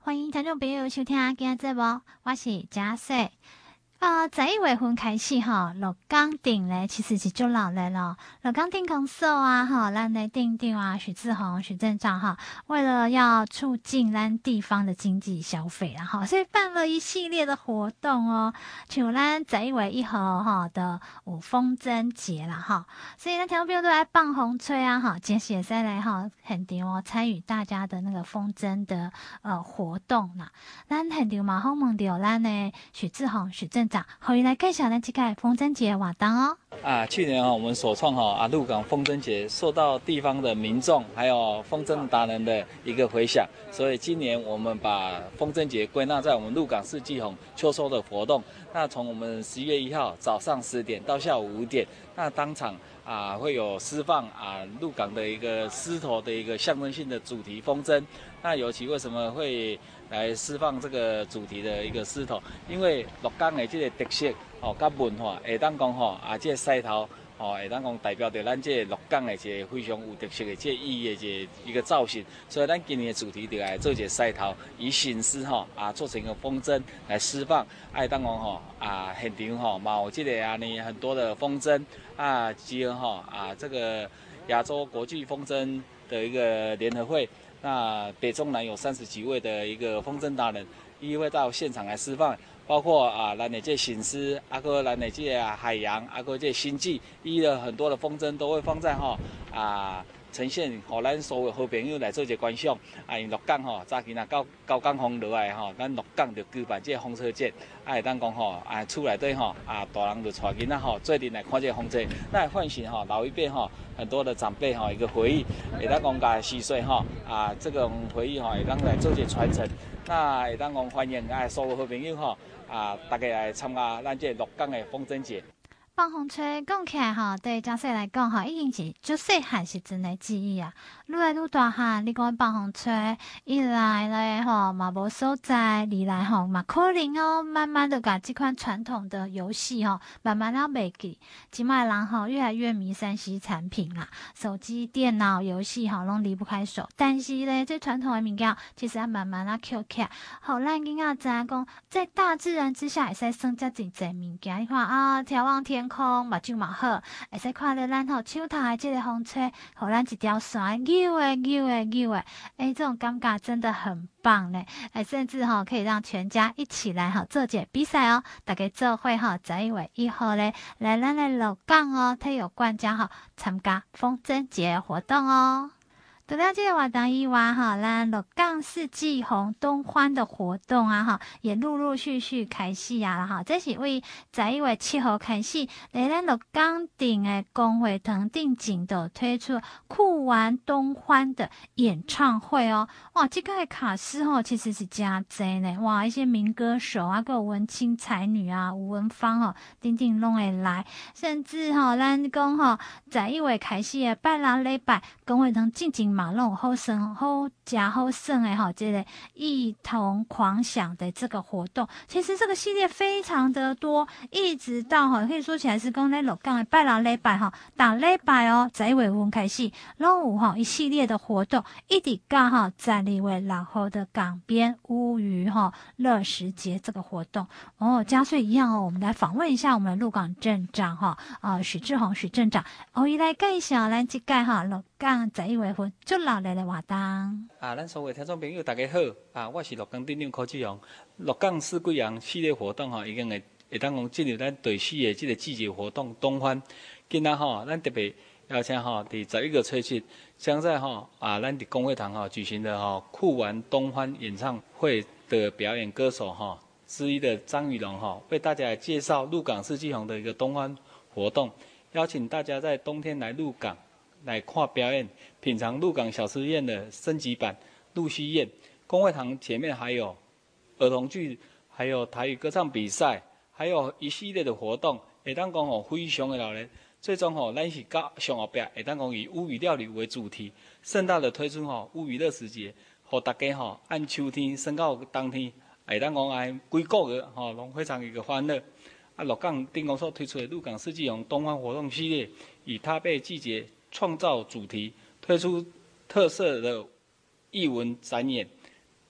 欢迎听众朋友收听今日节目，我是嘉穗。11月份开始鹿港镇咧其实是足热闹咯。鹿港镇公所咱的镇长许志宏许镇长为了要促进咱地方的经济消费啦所以办了一系列的活动哦，像咱11月1号的有风筝节啦所以咱听众朋友都来放风吹真是会使来现场参与大家的那个风筝的活动啦。咱现场嘛好问到咱的许志宏许镇长，可以来介绍咱这个风筝节活动哦。 去年我们首创鹿港风筝节，受到地方的民众还有风筝达人的一个回响，所以今年我们把风筝节归纳在我们鹿港四季红秋收的活动。那从我们11月1号早上10点到下午5点，那当场会有释放鹿港的一个狮头的一个象征性的主题风筝。那尤其为什么会来释放这个主题的一个狮头？因为鹿港的这个特色甲文化，会当讲这个狮头会当讲代表着咱这个鹿港的一个非常有特色的这个意义的一个造型。所以咱今年的主题就来做一个狮头，以醒狮做成一个风筝来释放。当讲现场嘛有这个很多的风筝结合这个亚洲国际风筝的一个联合会。那北中南有30几位的一个风筝达人，一会到现场来释放，包括咱的这醒狮，个咱的这海洋，个这星际，的很多的风筝都会放在呈现，给咱所有好朋友来做一个观赏。因鹿港早起高港风落来咱鹿港就举办这个风车节，会当讲厝内底大人就带囡仔做阵来看这个风车，那会唤醒老一辈很多的长辈一个回忆，会当讲甲细岁这种回忆会当来做一个传承。那会当讲欢迎所有好朋友大家来参加咱这鹿港的风筝节。 放风吹讲起来对嘉穗来讲已经是足细汉时阵的记忆啊。愈来愈大汉，你讲放风吹，一来咧嘛无所在，二来嘛可能慢慢的把这款传统的游戏慢慢的袂记。现在人越来越迷3C 产品啦，手机、电脑、游戏拢离不开手。但是咧，这传统的物件其实要慢慢啊捡起来，咱囡仔知影讲，在大自然之下会使耍遮侪物件。你看眺望天空，目睭嘛好，会使看到咱手头的这个风吹，互咱一条线扭这种感觉真的很棒嘞！甚至可以让全家一起来做这比赛哦，大家做伙11月1号咧，来咱的鹿港体育馆家参加风筝节活动哦。除了这个活动以外咱鹿港四季红东欢的活动也陆陆续续开始啦这是为11月7号开始，在咱鹿港镇的公会堂顶景的推出酷玩东欢的演唱会哦。哇，这个卡司其实是真多呢，哇，一些民歌手还有文青才女吴文芳等等拢会来，甚至咱讲11月开始的拜六礼拜公会堂进行马龙好生好加好生的这个一同狂想的这个活动，其实这个系列非常的多，一直到可以说起来是讲在鹿港的拜六礼拜当礼拜11月份开始拢有一系列的活动，一直到12月6号的港边乌鱼乐食节这个活动嘉穗一样我们来访问一下我们的鹿港镇长许志宏许镇长，伊来介绍咱这届鹿港11月份足热闹的活动。 咱所有听众朋友大家好我是鹿港镇长柯志宏。鹿港四季红系列活动已经会当讲进入咱第4个这个季节活动东欢。今仔咱特别邀请伫11月初7将在咱伫公会堂举行的酷玩东欢演唱会的表演歌手之一的张宇龙为大家介绍鹿港四季红的一个东欢活动，邀请大家在冬天来鹿港来看表演，品尝鹿港小吃宴的升级版鹿溪宴。公会堂前面还有儿童剧，还有台语歌唱比赛，还有一系列的活动，会当讲非常的热闹。最终咱是到上后壁，会当讲以乌鱼料理为主题，盛大的推出乌鱼乐食节，互大家按秋天升到冬天，会当讲几个月拢非常一个欢乐。鹿港镇公所推出的鹿港四季红东欢活动系列，以踏背季节创造主题，推出特色的艺文展演，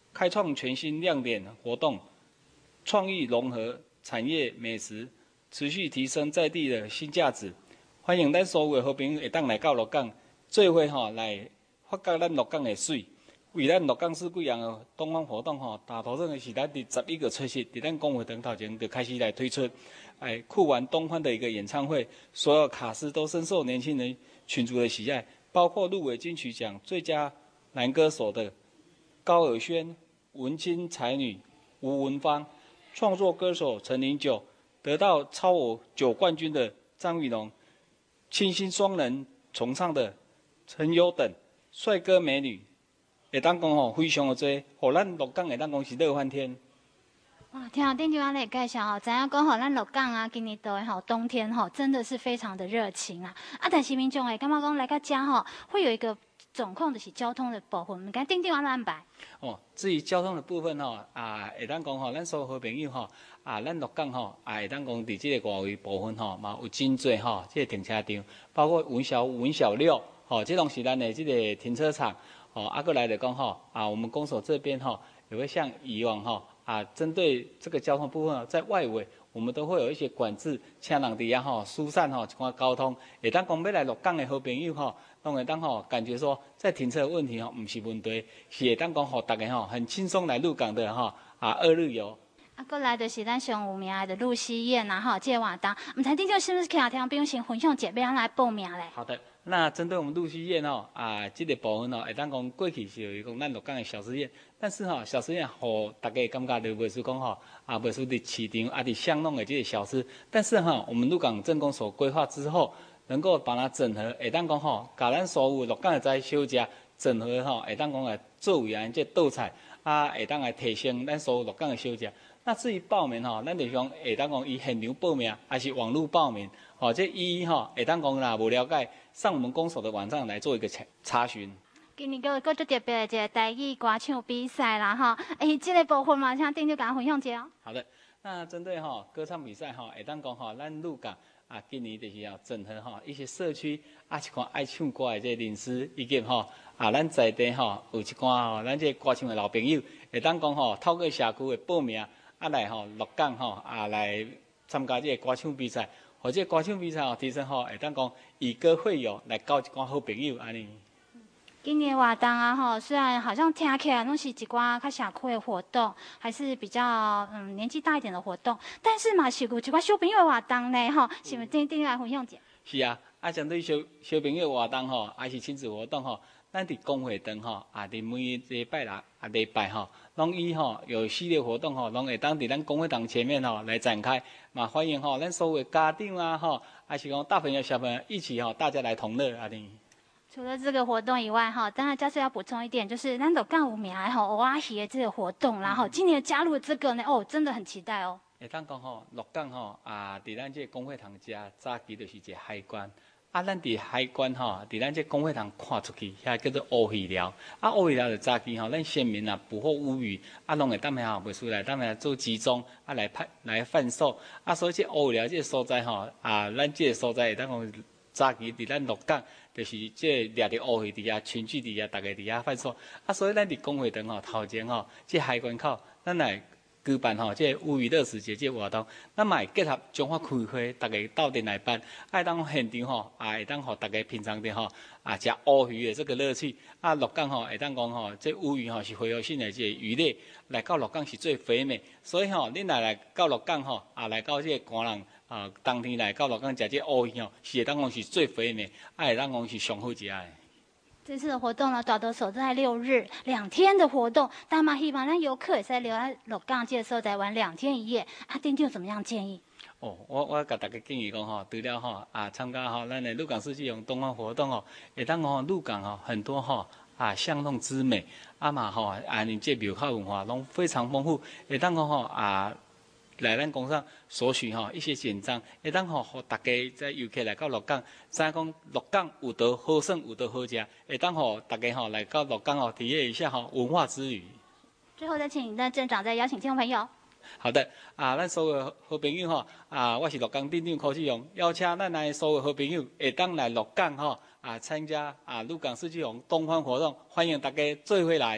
开创全新亮点活动，创意融合产业美食，持续提升在地的新价值。欢迎咱所有的好朋友会当来到鹿港，做伙来发掘咱鹿港的水。为咱鹿港市贵阳的东方活动大头阵的是咱伫11月初7，伫咱公会堂头前就开始来推出，酷玩东方的一个演唱会，所有卡司都深受年轻人群族的喜爱，包括入围金曲奖最佳男歌手的高尔宣、文青才女吴文芳，创作歌手陈零九，得到超偶9冠军的张玉龙，清新双人重唱的陈优等，帅哥美女。会当讲非常的多，互咱鹿港会当讲是乐翻天。 哇，听到丁局长来介绍知影讲咱鹿港啊，今年的冬天真的是非常的热情啊！但是民众会感觉讲来到这会有一个总控就是交通的部分，唔该丁局长安排。 至于交通的部分会当讲咱所有好朋友咱鹿港会当讲伫即个外围部分嘛有真侪即个停车场，包括文小六这拢是咱的即个停车场。过来的讲我们公所这边也会像以往针对这个交通部分在外围我们都会有一些管制，车人伫遐疏散一寡交通，会当讲要来鹿港的好朋友拢会当感觉说在停车的问题不是问题，是会当讲大家很轻松来鹿港的2日游。 过来就是咱上有名的露西宴这个活动，唔知丁就是不是其他听众先分享一下，要安来报名咧？ 好的。那针对我们露西宴这个部分会当讲过去是有讲咱鹿港的小吃宴，但是小吃宴互大家感觉就袂输讲袂输伫市场伫巷弄的这个小吃，但是我们鹿港镇公所规划之后，能够把它整合，会当讲把咱所有鹿港的在小吃整合会当讲来作为这倒菜会当来提升咱所有鹿港的小吃。那至于报名咱就讲会当讲伊现场报名还是网络报名这一会当讲啦无了解，上我们公所的网站来做一个查询。 今年个最特别的一个台语歌唱比赛啦这个部分嘛，请丁就甲分享一下。 好的，那针对歌唱比赛会当讲咱鹿港今年就是要整合一些社区一款爱唱歌的这人士，以及咱在地有一寡咱这歌唱的老朋友，会当讲透过社区的报名来鹿港来参加这个歌唱比赛，或者歌唱比赛提升会当讲以歌会友，来交一寡好朋友安尼。 今年活动虽然好像听起来拢是一寡较社区的活动，还是比较年纪大一点的活动，但是嘛是有一寡小朋友的活动呢是不是丁来分享一下？ 是啊，针对小朋友的活动还是亲子活动咱伫公会堂伫每礼拜六礼拜拢以有系列活动拢会当伫咱公会堂前面来展开嘛，欢迎咱所有的家长还是讲大朋友小朋友一起大家来同乐安尼。 除了这个活动以外当然嘉穗要补充一点，就是咱鹿港有名的蚵仔戏的这个活动啦今年加入这个呢真的很期待哦。 会当讲鹿港伫咱这公会堂遮早期就是一个海关咱伫海关伫咱这公会堂看出去遐叫做乌鱼寮乌鱼寮就早期咱先民捕获乌鱼拢会当下袂输来当下做集中来贩售所以这乌鱼寮这个所在咱这个所在会当讲早期伫咱鹿港就是这掠着乌鱼伫遐群聚伫遐，大家伫遐贩售所以咱伫公会堂头前这海关口咱来举办这乌鱼乐时节这活动，咱嘛会结合中华开会，大家斗阵来办，当现场会当互大家品尝着食乌鱼的这个乐趣鹿港会当讲这乌鱼是恢复性的这个鱼类，来到鹿港是最肥美，所以恁来到鹿港来到这个寒人冬天来到鹿港食这乌鱼是会当讲是最肥美，会当讲是上好食的。 这次的活动呢，大多守在6日2天的活动，但嘛希望咱游客也是留在鹿港这个所在玩2天1夜。丁就有怎么样建议？ 我甲大家建议讲除了参加咱的鹿港四季用东方活动会当讲鹿港很多巷弄之美你这庙口文化拢非常丰富，会当讲来咱公上索取一些简章，会当互大家在游客来到鹿港，知影讲鹿港有得好耍，有得好食，会当互大家来到鹿港体验一下文化之旅。 最后再请那镇长再邀请听众朋友。 好的咱所有好朋友我是鹿港镇长柯志荣，邀请咱来所有好朋友会当来鹿港参加鹿港四季红东方活动，欢迎大家做伙来。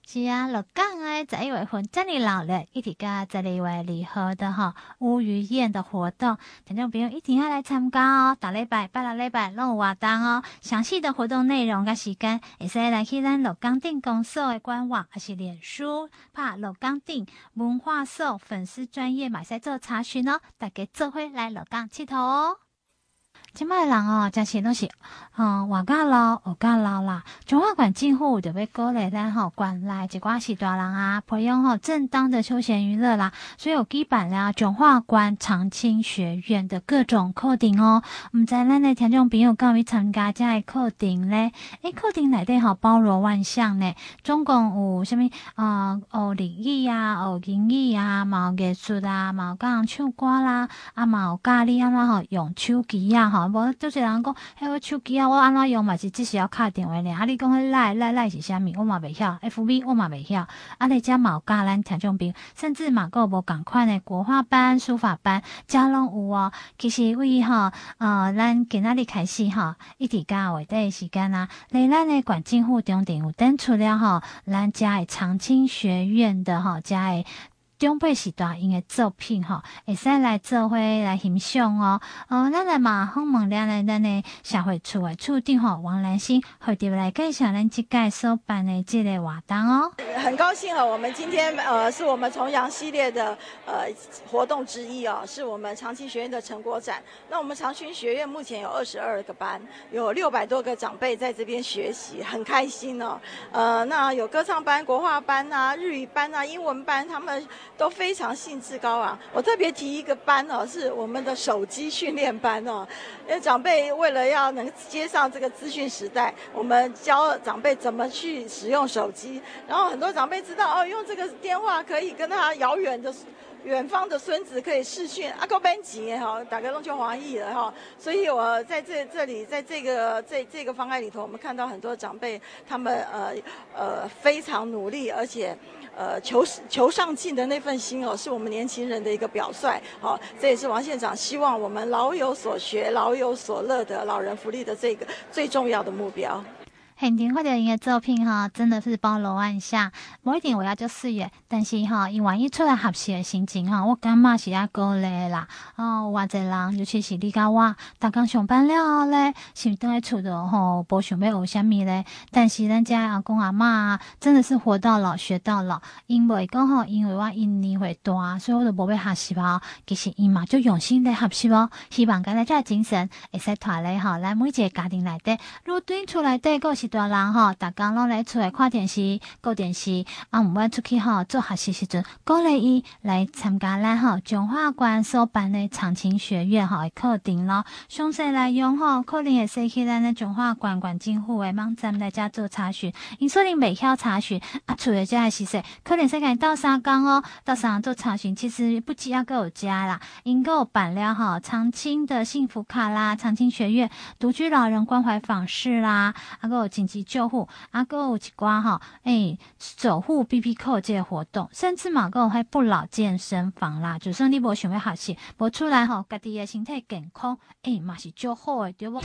是啊，鹿港诶11月份这么热烈，一直到12月2号的乌鱼宴的活动，听众朋友一定要来参加哦！大礼拜、拜六礼拜拢有活动哦。详细的活动内容甲时间，会使来去咱鹿港镇公所的官网，还是脸书拍鹿港镇文化所粉丝专页，嘛使做查询哦。大家做伙来鹿港佚佗哦！即摆人哦，真是拢是，活甲老，学甲老啦。中华馆政府就要鼓励咱馆内一寡是大人啊，培养正当的休闲娱乐啦。所以有举办了中华馆长青学院的各种课程哦。毋知咱的听众朋友敢有参加这个课程咧？课程内底包罗万象呢，总共有啥物学日语啊，学英语啊，嘛有艺术啊，嘛有讲唱歌啦，嘛有教你安怎用手机啊无就是人讲，我手机啊，我安怎用嘛是只是要敲电话尔。你讲迄赖是啥物，我嘛袂晓 ，FB 我嘛袂晓。你遮嘛有教咱听众朋友，甚至嘛有无共款的国画班、书法班，遮拢有哦。其实为咱今仔日开始一直到月底的时间啊，在咱的馆政府中庭有展出了咱遮的长青学院的遮的。中辈时代因的作品会使来做伙来欣赏哦。咱来嘛访问咱的社会处的处长王兰心，和着来介绍咱即届所办的这个活动哦。 很高兴我们今天是我们重阳系列的活动之一哦，是我们长青学院的成果展。那我们长青学院目前有22个班，有600多个长辈在这边学习，很开心哦。那有歌唱班、国画班啊、日语班啊、英文班，他们都非常兴致高昂。我特别提一个班哦，是我们的手机训练班哦。因为长辈为了要能接上这个资讯时代，我们教长辈怎么去使用手机。然后很多长辈知道用这个电话可以跟他远方的孙子可以视讯，够免钱的大家都就欢喜了所以我在这里，在这个方案里头，我们看到很多长辈他们非常努力，而且求上进的那份心是我们年轻人的一个表率这也是王县长希望我们老有所学、老有所乐的老人福利的这个最重要的目标。 现场看到因的作品真的是包罗万象，无一定我要就水的，但是因愿意出来合适的心情我感觉是鼓励啦。有偌济人，尤其是你甲我，逐工上班了后咧，是倒来厝度无想要学啥物咧。但是咱遮阿公阿嬷真的是活到老学到老，因为讲因为我因年岁大，所以我就无要学习其实因嘛就用心在学习希望咱遮精神会使带来咱每一个家庭内底，如果对厝内底个是大人逐工拢来厝内看电视、顾电视，毋愿出去做学习时阵，鼓励伊来参加咱中华馆所办的长青学院的课程咯。详细内容可能会使去咱的中华馆政府的网站来遮做查询。因说恁袂晓查询，厝内遮的时势，可能使甲因斗3工斗3工做查询。其实不止还有遮啦，因还有办了长青的幸福卡啦，长青学院独居老人关怀访视啦，还有紧急救护，还有一寡守护 BB 扣这个活动，甚至嘛还有迄不老健身房啦。就算你无想要学习，无出来家己的身体健康，嘛是足好的，对无？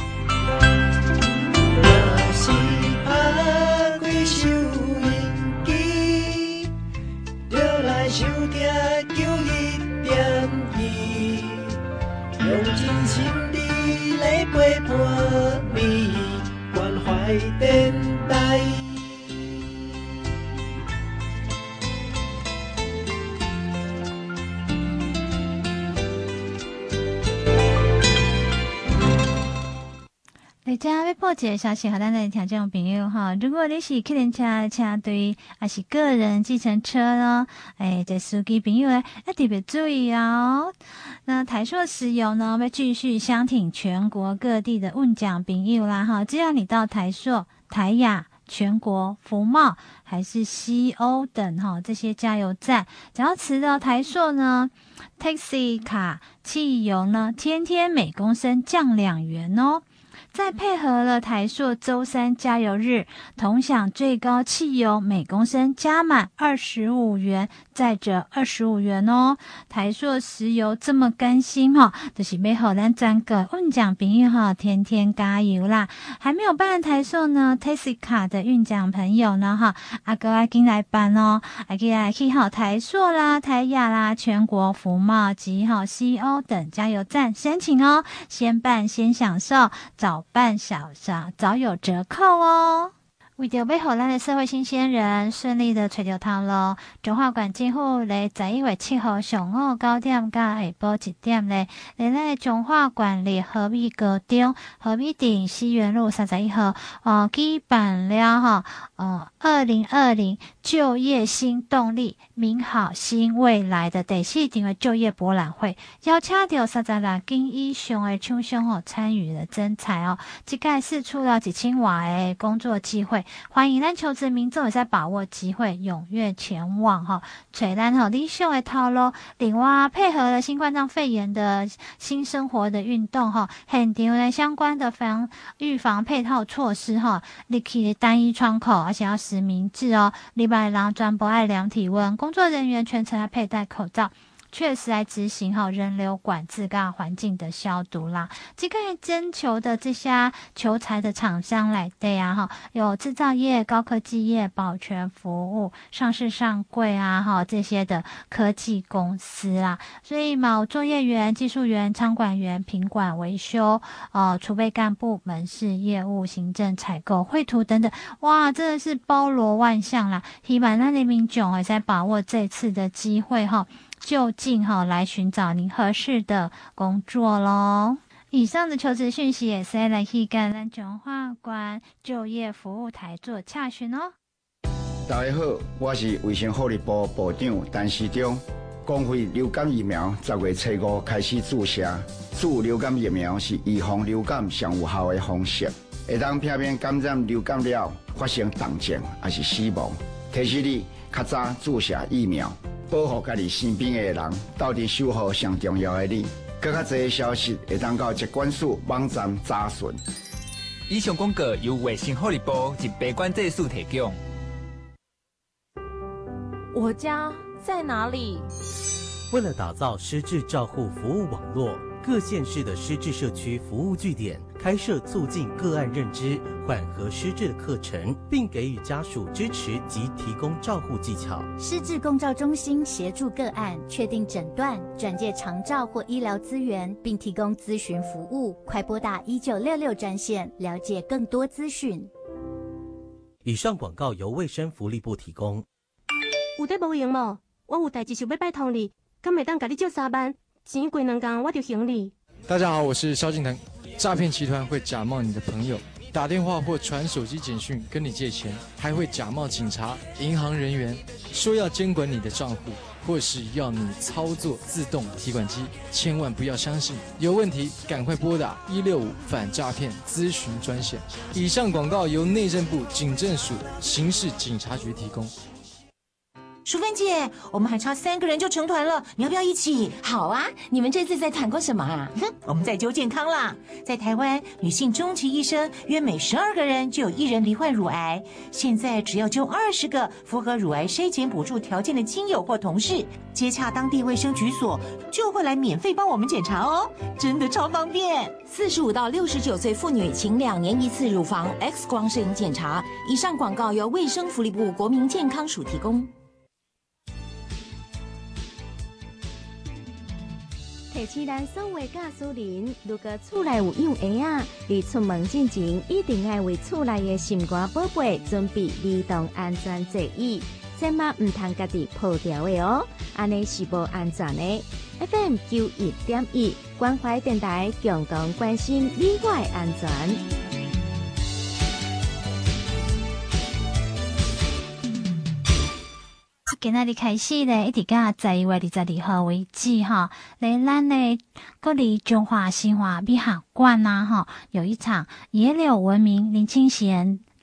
若是拍开收音机，就来收听91.2，用真心地来陪伴你。关怀电台。 在遮要报一个消息，和咱的听众朋友如果你是客人车队，还是个人计程车呢？这司机朋友要特别注意哦。那台塑石油呢，要继续相挺全国各地的运奖朋友啦只要你到台塑、台亚、全国、福茂还是西欧等这些加油站，只要持到台塑呢 Taxi 卡汽油呢，天天每公升降2元哦。 再配合了台塑周三加油日，同享最高汽油每公升加满25元，再折25元哦。台塑石油这么甘心就是要让咱整个运奖朋友天天加油啦！还没有办台塑呢 Tessica 的运奖朋友呢各位进来办哦，可以去台塑啦、台亚啦、全国福茂及CO 等加油站申请哦，先办先享受，早办早有折扣哦。为着要让咱的社会新鲜人顺利的找到头路，中华馆政府在11月7号上午9点到下晡1点咧，在咱的中华馆里和美高中和美町西园路31号举办了2020就业新动力民好新未来的第4场的就业博览会，邀请到36间以上的厂商参与了征才哦，这届释出了1000多的工作机会。欢迎咱求职民众也在把握机会，踊跃前往找咱理想的头路。另外，配合了新冠状肺炎的新生活的运动现场的相关的预防配套措施你去单一窗口，而且要实名制哦。礼拜人全部爱量体温，工作人员全程要佩戴口罩。确实来执行人流管制跟环境的消毒啦。这个征求的这些求才的厂商来对有制造业、高科技业、保全服务、上市上柜这些的科技公司啦。所以有作业员、技术员、仓管员、品管、维修、储备干部、门市业务、行政、采购、绘图等等，哇，真的是包罗万象啦。希望咱的民众也在把握这次的机会就近来寻找您合适的工作咯。以上的求职讯息也是来去跟咱中华馆就业服务台做洽询哦。 大家好，我是卫生福利部部长陈时中。公费流感疫苗10月初5开始注射，注流感疫苗是预防流感上有效的方式，会当避免感染流感了发生重症还是死亡。提示你较早注射疫苗，保护家己身边的人，斗阵守护上重要的你。更较侪消息会当到疾管署网站查询。 以上广告由卫生福利部及疾管制署提供。 我家在哪里？ 为了打造失智照护服务网络，各县市的失智社区服务据点开设促进个案认知、缓和失智的课程，并给予家属支持及提供照护技巧。 失智共照中心协助个案确定诊断、转介长照或医疗资源，并提供咨询服务。快拨打1966专线了解更多资讯。 以上广告由卫生福利部提供。 有得无闲无？我有代志想要拜托你，敢会当甲你借3万？钱过2天我就还你。 大家好，我是萧敬腾。诈骗集团会假冒你的朋友，打电话或传手机简讯跟你借钱，还会假冒警察、银行人员，说要监管你的账户，或是要你操作自动提款机，千万不要相信。有问题赶快拨打165反诈骗咨询专线。以上广告由内政部警政署刑事警察局提供。 淑芬姐，我们还差3个人就成团了，你要不要一起？ 好啊，你们这次在谈过什么啊？ 我们在揪健康啦。在台湾，女性终其一生约每12个人就有1人罹患乳癌。现在只要揪20个符合乳癌筛检补助条件的亲友或同事，接洽当地卫生局所，就会来免费帮我们检查哦，真的超方便。 45到69岁妇女，请2年1次乳房 X 光摄影检查。以上广告由卫生福利部国民健康署提供。 提醒咱所有驾驶人，如果厝内有养鸭啊，你出门之前一定要为厝内的心肝宝贝准备儿童安全座椅，千万唔通家己破掉的哦，安尼是无安全的。FM 91.1关怀电台共同关心你我的安全。 今仔日开始咧，一直到11月22号为止在咱的国立中华新华美学馆有一场野柳文明林清贤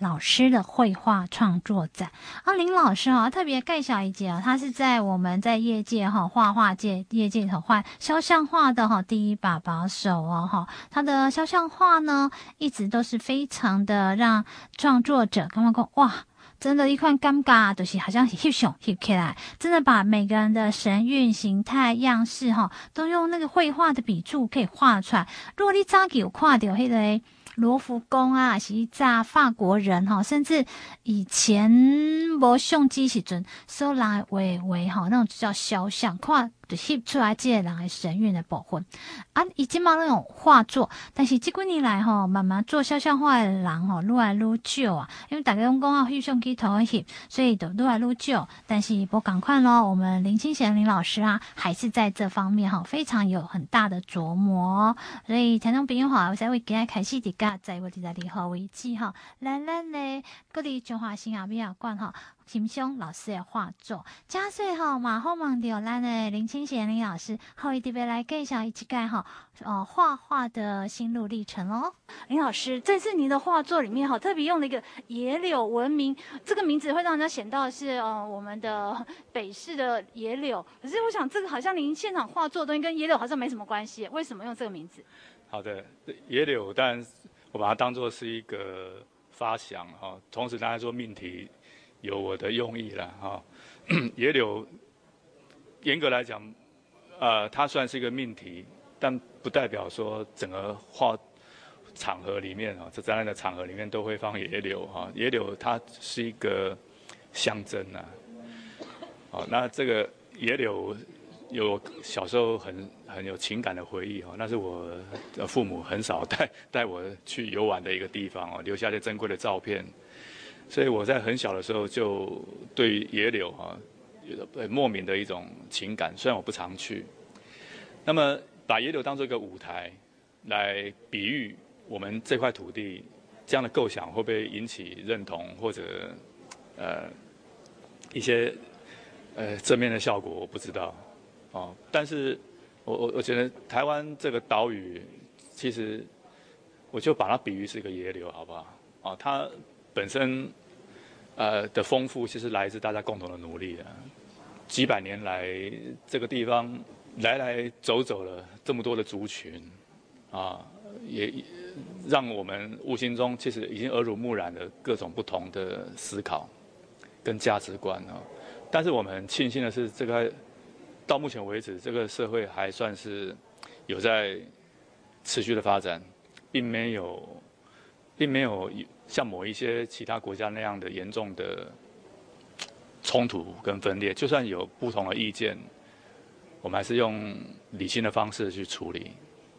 老师的绘画创作展。林老师特别介绍一下，他是在我们在业界画画界业界画肖像画的第一把手哦。他的肖像画呢一直都是非常的让创作者感觉哇，真的一款尴尬就是好像翕相翕起来，真的把每个人的神韵形态样式都用那个绘画的笔触可以画出来。如果你早期有看到那个罗浮宫啊，是法国人甚至以前没相机时阵所来画那种就叫肖像，看就翕出来这个人的神韵的部分啊。以前嘛那种画作，但是这几年来慢慢做肖像画的人愈来愈少啊，因为大家拢讲翕相机头翕，所以就愈来愈少。但是不赶快咯，我们林清贤林老师还是在这方面非常有很大的琢磨。所以听众朋友我才会今日开始在我22号为止咱呢各地中华新亚美术馆欣赏老师的画作。加岁嘛好问到咱的林清贤林老师，伊特别来介绍一届画画的心路历程哦。林老师，这次您的画作里面特别用了一个野柳闻名，这个名字会让人家想到是我们的北市的野柳，可是我想这个好像您现场画作的东西跟野柳好像没什么关系，为什么用这个名字？ 好的，野柳当然我把它当作是一个发想同时当然说命题有我的用意啦野柳严格来讲它算是一个命题，但不代表说整个画场合里面这展览的场合里面都会放野柳野柳它是一个象征那这个野柳有小时候很有情感的回忆那是我的父母很少带我去游玩的一个地方留下些珍贵的照片，所以我在很小的时候就对野柳有莫名的一种情感，虽然我不常去。那么把野柳当作一个舞台来比喻我们这块土地，这样的构想会不会引起认同或者一些正面的效果我不知道但是我觉得台湾这个岛屿，其实我就把它比喻是一个野柳，好不好它本身的丰富，其实来自大家共同的努力几百年来，这个地方来来走走了这么多的族群也让我们无形中其实已经耳濡目染了各种不同的思考跟价值观但是我们很庆幸的是，这个到目前为止，这个社会还算是有在持续的发展，并没有像某一些其他国家那样的严重的冲突跟分裂。就算有不同的意见，我们还是用理性的方式去处理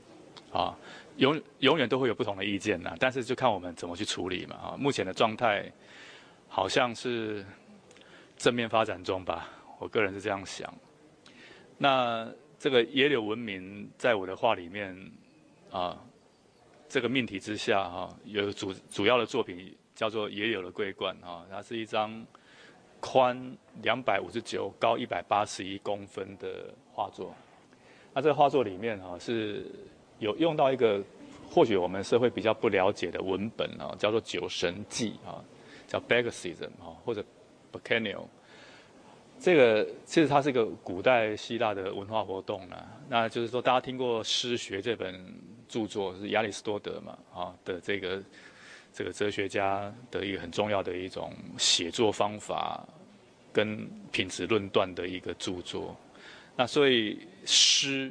永远都会有不同的意见但是就看我们怎么去处理嘛目前的状态好像是正面发展中吧，我个人是这样想。那这个野柳文明在我的画里面这个命题之下有主要的作品叫做《野柳的桂冠》它是一张宽259、高181公分的画作。那这个画作里面是有用到一个或许我们社会比较不了解的文本叫做《酒神记》叫 Bagasism 或者 Bacchanal。这个其实它是一个古代希腊的文化活动那就是说大家听过《诗学》这本著作是亚里士多德的这个哲学家的一个很重要的一种写作方法跟品质论断的一个著作。那所以诗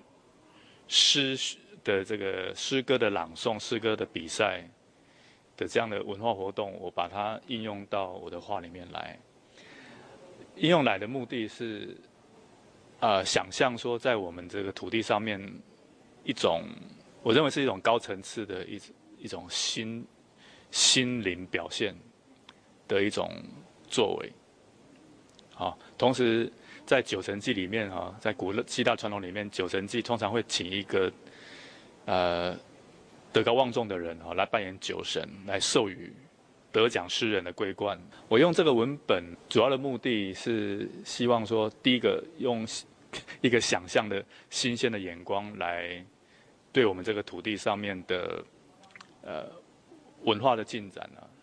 的这个诗歌的朗诵、诗歌的比赛的这样的文化活动，我把它应用到我的画里面来。应用来的目的是，想象说在我们这个土地上面，一种我认为是一种高层次的一种心灵表现的一种作为。同时在《酒神记》里面在古希腊传统里面，《酒神记》通常会请一个德高望重的人来扮演酒神，来授予得奖诗人的桂冠。我用这个文本主要的目的是希望说，第一个用一个想象的新鲜的眼光来对我们这个土地上面的文化的进展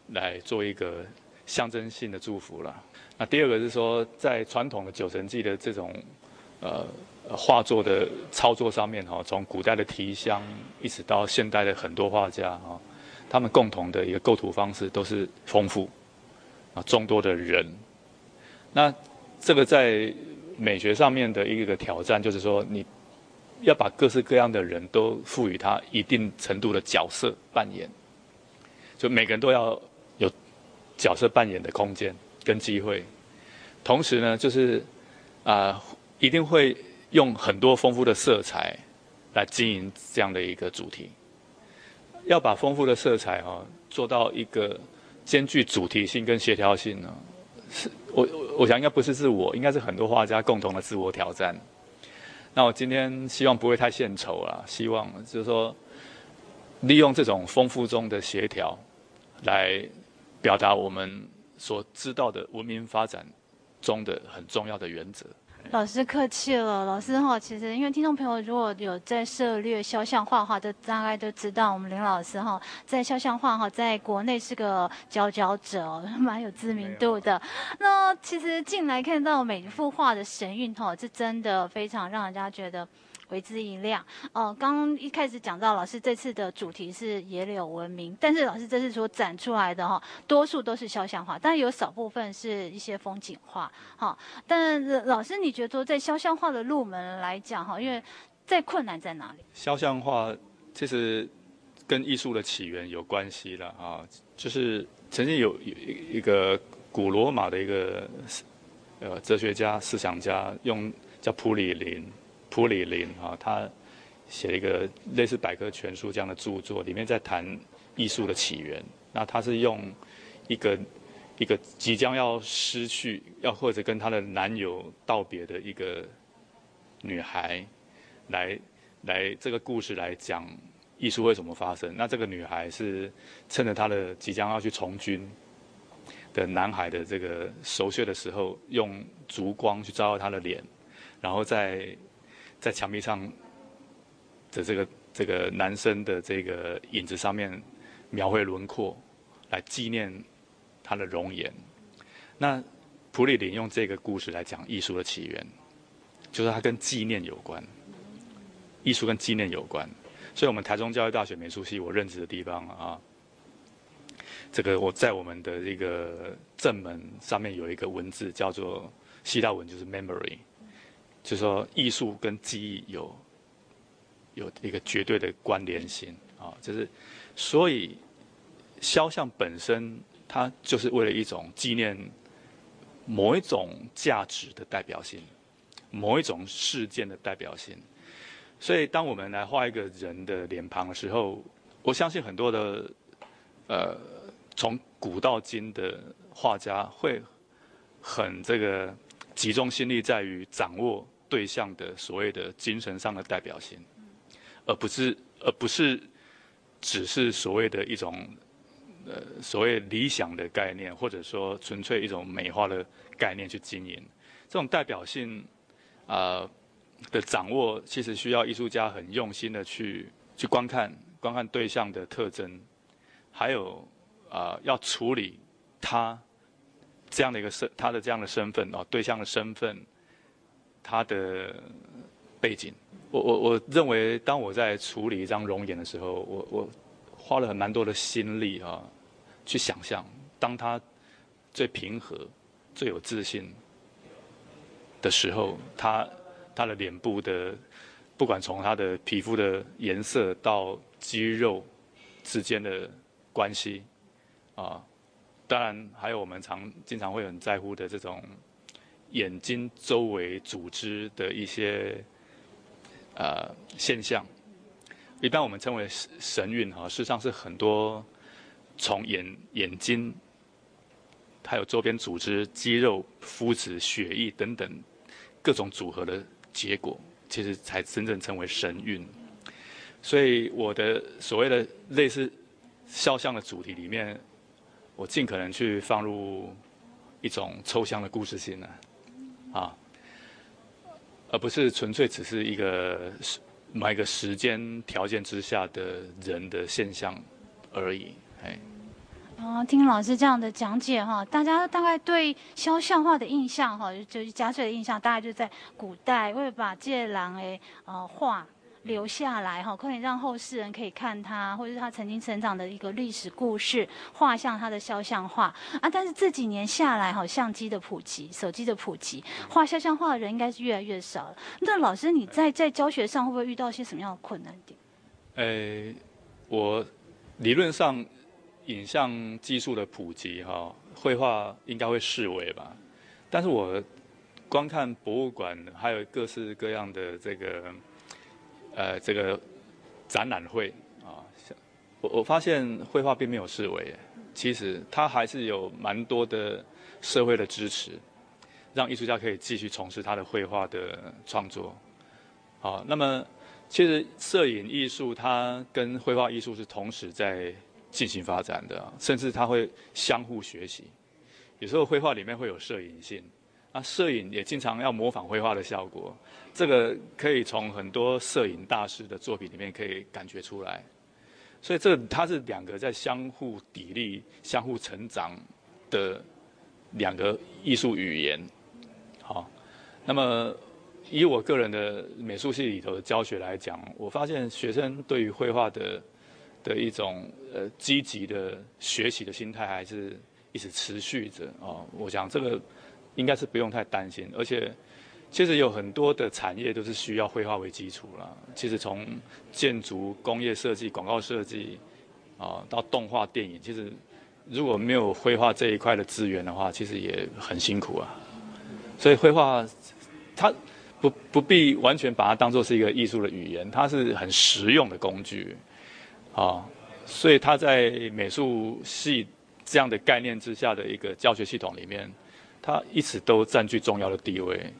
来做一个象征性的祝福啦。那第二个是说，在传统的九层记的这种画作的操作上面哈，从古代的提香一直到现代的很多画家哈，他们共同的一个构图方式都是丰富啊，众多的人。那这个在美学上面的一个挑战，就是说你要把各式各样的人都赋予他一定程度的角色扮演，就每个人都要有角色扮演的空间跟机会。同时呢，就是一定会用很多丰富的色彩来经营这样的一个主题。要把丰富的色彩做到一个兼具主题性跟协调性呢，我想应该不是我，应该是很多画家共同的自我挑战。那我今天希望不会太献丑啦，希望就是说利用这种丰富中的协调，来表达我们所知道的文明发展中的很重要的原则。 老师客气了，老师哈，其实因为听众朋友如果有在涉猎肖像画的话，就大概都知道我们林老师哈，在肖像画哈，在国内是个佼佼者，蛮有知名度的。那其实进来看到每一幅画的神韵哈，是真的非常让人家觉得为之一亮。刚刚一开始讲到老师这次的主题是野柳文明，但是老师这次所展出来的哈，多数都是肖像画，但有少部分是一些风景画。哈，但老师你觉得说在肖像画的入门来讲哈，因为最困难在哪里？ 肖像画其实跟艺术的起源有关系了啊，就是曾经有一个古罗马的一个哲学家、思想家，叫普里林啊，他写了一个类似百科全书这样的著作，里面在谈艺术的起源。那他是用一个即将要失去，或者跟她的男友道别的一个女孩，来这个故事来讲艺术为什么发生。那这个女孩是趁着她的即将要去从军的男孩的这个熟睡的时候，用烛光去照耀他的脸，然后在墙壁上的这个男生的这个影子上面描绘轮廓，来纪念他的容颜。那普里林用这个故事来讲艺术的起源，就是它跟纪念有关，艺术跟纪念有关。所以我们台中教育大学美术系我任职的地方啊，这个我在我们的一个正门上面有一个文字叫做希腊文，就是 memory， 就是说艺术跟记忆有一个绝对的关联性啊，就是所以肖像本身它就是为了一种纪念某一种价值的代表性，某一种事件的代表性。所以当我们来画一个人的脸庞的时候，我相信很多的从古到今的画家会很这个集中心力在于掌握对象的所谓的精神上的代表性，而不是只是所谓的一种所谓理想的概念，或者说纯粹一种美化的概念去经营。这种代表性的掌握，其实需要艺术家很用心的去观看对象的特征，还有要处理他这样的一个他的这样的身份对象的身份，他的背景。我认为，当我在处理一张容颜的时候，我花了蛮多的心力去想象，当他最平和、最有自信的时候，他的脸部的，不管从他的皮肤的颜色到肌肉之间的关系当然还有我们经常会很在乎的这种眼睛周围组织的一些现象，一般我们称为神韵事实上是很多从眼睛，还有周边组织、肌肉、肤质、血液等等各种组合的结果，其实才真正称为神韵。所以我的所谓的类似肖像的主题里面，我尽可能去放入一种抽象的故事性而不是纯粹只是某一个时间条件之下的人的现象而已。 哦，听老师这样的讲解哈，大家大概对肖像画的印象哈，就是嘉穗的印象，大概就在古代会把这人的画留下来哈，可以让后世人可以看他，或者是他曾经成长的一个历史故事，画像他的肖像画啊。但是这几年下来哈，相机的普及、手机的普及，画肖像画的人应该是越来越少了。那老师你在教学上会不会遇到一些什么样的困难点？ 我理论上影像技术的普及哈，绘画应该会式微吧，但是我光看博物馆还有各式各样的这个展览会啊，我发现绘画并没有式微，其实它还是有蛮多的社会的支持，让艺术家可以继续从事他的绘画的创作。好，那么其实摄影艺术它跟绘画艺术是同时在进行发展的，甚至它会相互学习。有时候绘画里面会有摄影性。摄影也经常要模仿绘画的效果，这个可以从很多摄影大师的作品里面可以感觉出来。所以它是两个在相互砥砺、相互成长的两个艺术语言。好，那么以我个人的美术系里头的教学来讲，我发现学生对于绘画的一种积极的学习的心态还是一直持续着哦。我想这个应该是不用太担心，而且其实有很多的产业都是需要绘画为基础啦。其实从建筑、工业设计、广告设计到动画、电影，其实如果没有绘画这一块的资源的话，其实也很辛苦啊。所以绘画它不必完全把它当作是一个艺术的语言，它是很实用的工具所以它在美术系这样的概念之下的一个教学系统里面，它一直都占据重要的地位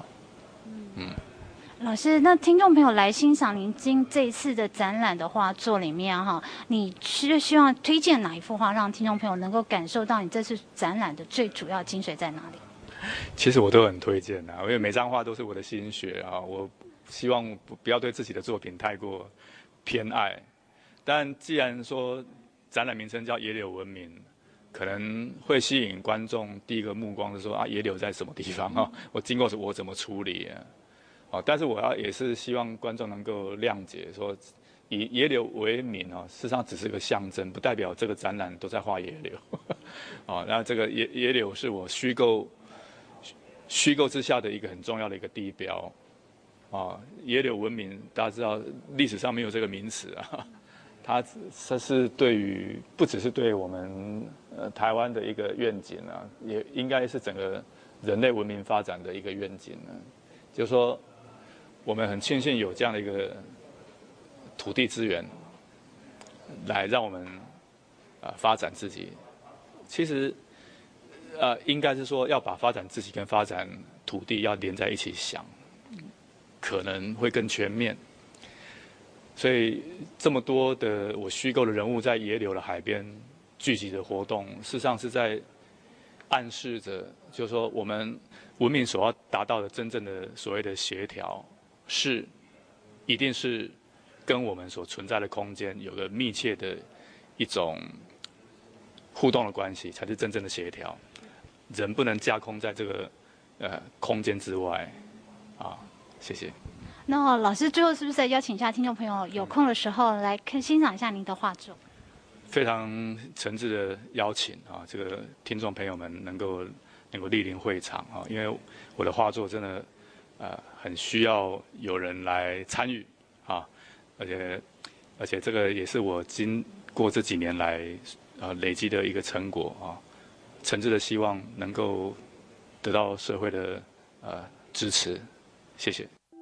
老师，那听众朋友来欣赏您这一次的展览的画作里面你希望推荐哪一幅画，让听众朋友能够感受到你这次展览的最主要精髓在哪里？ 其实我都很推荐因为每张画都是我的心血我希望不要对自己的作品太过偏爱。但既然说展览名称叫野柳文明，可能会吸引观众第一个目光是说野柳在什么地方我经过我怎么处理但是我也是希望观众能够谅解，说以野柳为名事实上只是个象征，不代表这个展览都在画野柳那这个野柳是我虚构之下的一个很重要的一个地标野柳文明大家知道历史上没有这个名词它是对于不只是对我们台湾的一个愿景也应该是整个人类文明发展的一个愿景就是说我们很庆幸有这样的一个土地资源来让我们发展自己。其实应该是说要把发展自己跟发展土地要连在一起想，可能会更全面。所以这么多的我虚构的人物在野柳的海边聚集的活动，事实上是在暗示着，就是说我们文明所要达到的真正的所谓的协调，一定是跟我们所存在的空间有个密切的一种互动的关系，才是真正的协调。人不能架空在这个空间之外谢谢。 那老师最后是不是再邀请一下听众朋友有空的时候来欣赏一下您的画作？ 非常诚挚的邀请这个听众朋友们能够莅临会场因为我的画作真的很需要有人来参与而且这个也是我经过这几年来累积的一个成果诚挚的希望能够得到社会的支持，谢谢。